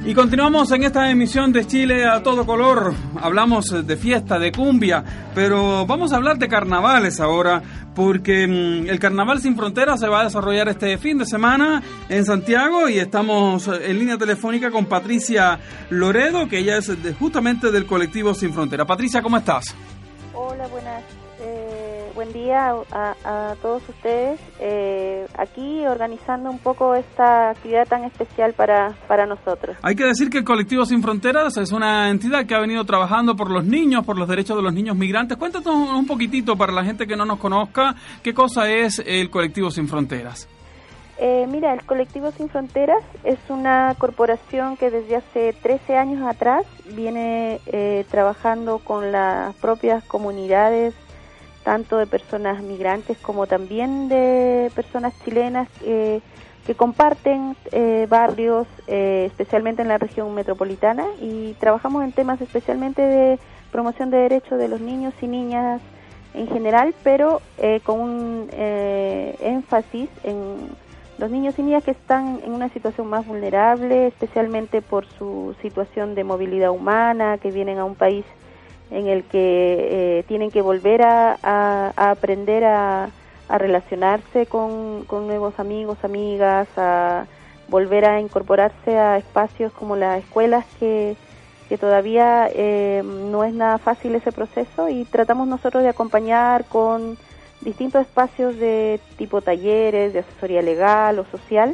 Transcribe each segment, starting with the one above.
Y continuamos en esta emisión de Chile a todo color. Hablamos de fiesta, de cumbia, pero vamos a hablar de carnavales ahora, porque el Carnaval Sin Fronteras se va a desarrollar este fin de semana en Santiago y estamos en línea telefónica con Patricia Loredo, que ella es justamente del colectivo Sin Fronteras. Patricia, ¿cómo estás? Hola, buenas. Buen día a todos ustedes. Aquí organizando un poco esta actividad tan especial para nosotros. Hay que decir que el colectivo Sin Fronteras es una entidad que ha venido trabajando por los niños, por los derechos de los niños migrantes. Cuéntanos un poquitito para la gente que no nos conozca, ¿qué cosa es el colectivo Sin Fronteras? Mira, el colectivo Sin Fronteras es una corporación que desde hace 13 años atrás viene trabajando con las propias comunidades, tanto de personas migrantes como también de personas chilenas que comparten barrios, especialmente en la región metropolitana, y trabajamos en temas especialmente de promoción de derechos de los niños y niñas en general, pero con un énfasis en los niños y niñas que están en una situación más vulnerable, especialmente por su situación de movilidad humana, que vienen a un país en el que tienen que volver a aprender a relacionarse con nuevos amigos, amigas, a volver a incorporarse a espacios como las escuelas, que todavía no es nada fácil ese proceso, y tratamos nosotros de acompañar con distintos espacios de tipo talleres, de asesoría legal o social,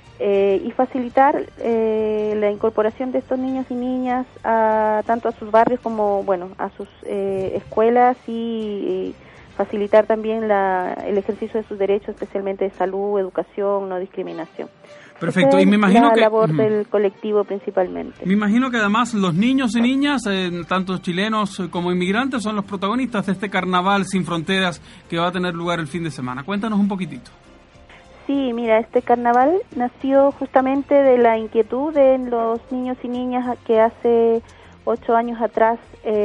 y facilitar la incorporación de estos niños y niñas tanto a sus barrios como a sus escuelas, y facilitar también el ejercicio de sus derechos, especialmente de salud, educación, no discriminación. Perfecto, y me imagino que... la labor del colectivo principalmente. Me imagino que además los niños y niñas, tanto chilenos como inmigrantes, son los protagonistas de este Carnaval Sin Fronteras que va a tener lugar el fin de semana. Cuéntanos un poquitito. Sí, mira, este carnaval nació justamente de la inquietud de los niños y niñas que hace 8 años atrás,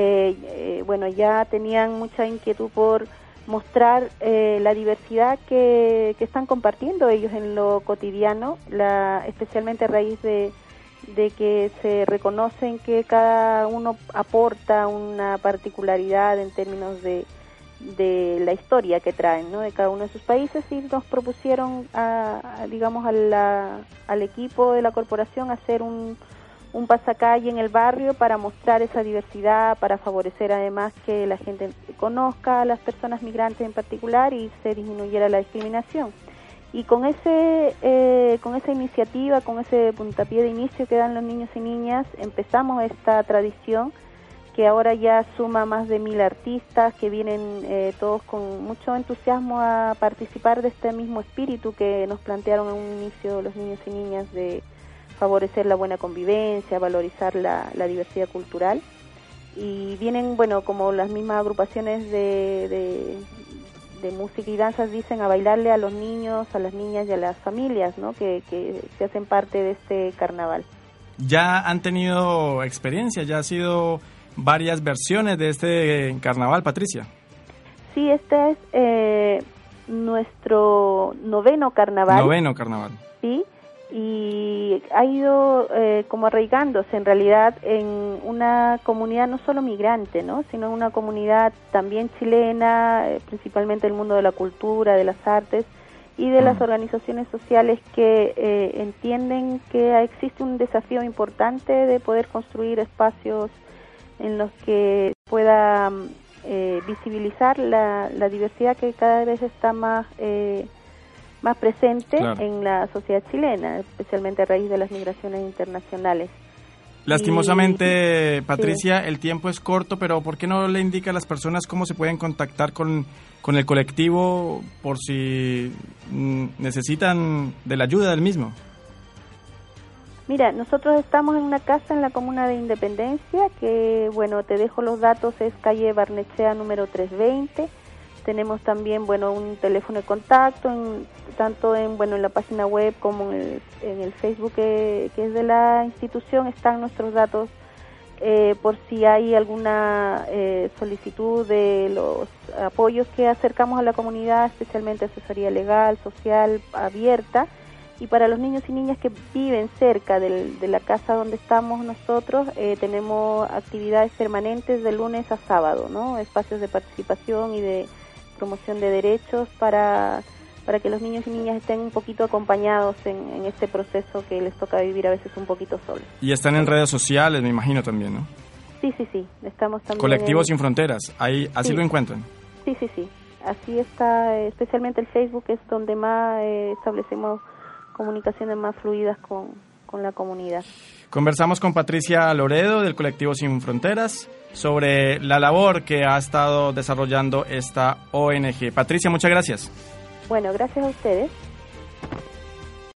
ya tenían mucha inquietud por mostrar la diversidad que están compartiendo ellos en lo cotidiano, especialmente a raíz de que se reconocen que cada uno aporta una particularidad en términos de la historia que traen, ¿no?, de cada uno de sus países, y nos propusieron al equipo de la corporación hacer un pasacalle en el barrio para mostrar esa diversidad, para favorecer además que la gente conozca a las personas migrantes en particular y se disminuyera la discriminación. Y con esa iniciativa, con ese puntapié de inicio que dan los niños y niñas, empezamos esta tradición que ahora ya suma más de 1.000 artistas que vienen todos con mucho entusiasmo a participar de este mismo espíritu que nos plantearon en un inicio los niños y niñas, de favorecer la buena convivencia, valorizar la diversidad cultural. Y vienen, como las mismas agrupaciones de música y danzas dicen, a bailarle a los niños, a las niñas y a las familias, ¿no?, que se hacen parte de este carnaval. ¿Ya han tenido experiencia? ¿Ya ha sido varias versiones de este carnaval, Patricia? Sí, este es nuestro noveno carnaval. Noveno carnaval. Sí, y ha ido como arraigándose en realidad en una comunidad no solo migrante, ¿no?, sino en una comunidad también chilena, principalmente el mundo de la cultura, de las artes y de las organizaciones sociales que entienden que existe un desafío importante de poder construir espacios en los que pueda visibilizar la diversidad que cada vez está más presente, claro, en la sociedad chilena, especialmente a raíz de las migraciones internacionales. Lastimosamente, Patricia, sí, el tiempo es corto, pero ¿por qué no le indica a las personas cómo se pueden contactar con el colectivo por si necesitan de la ayuda del mismo? Mira, nosotros estamos en una casa en la comuna de Independencia, que, te dejo los datos, es calle Barnechea número 320. Tenemos también, un teléfono de contacto, tanto en la página web como en el Facebook que es de la institución, están nuestros datos por si hay alguna solicitud de los apoyos que acercamos a la comunidad, especialmente asesoría legal, social, abierta. Y para los niños y niñas que viven cerca de la casa donde estamos nosotros, tenemos actividades permanentes de lunes a sábado, ¿no? Espacios de participación y de promoción de derechos para que los niños y niñas estén un poquito acompañados en este proceso que les toca vivir a veces un poquito solos. Y están en redes sociales, me imagino también, ¿no? Sí, estamos también... Colectivos Sin Fronteras, ahí así sí. Lo encuentran. Sí, así está, especialmente el Facebook es donde más establecemos comunicaciones más fluidas con la comunidad. Conversamos con Patricia Loredo del Colectivo Sin Fronteras sobre la labor que ha estado desarrollando esta ONG. Patricia, muchas gracias. Bueno, gracias a ustedes.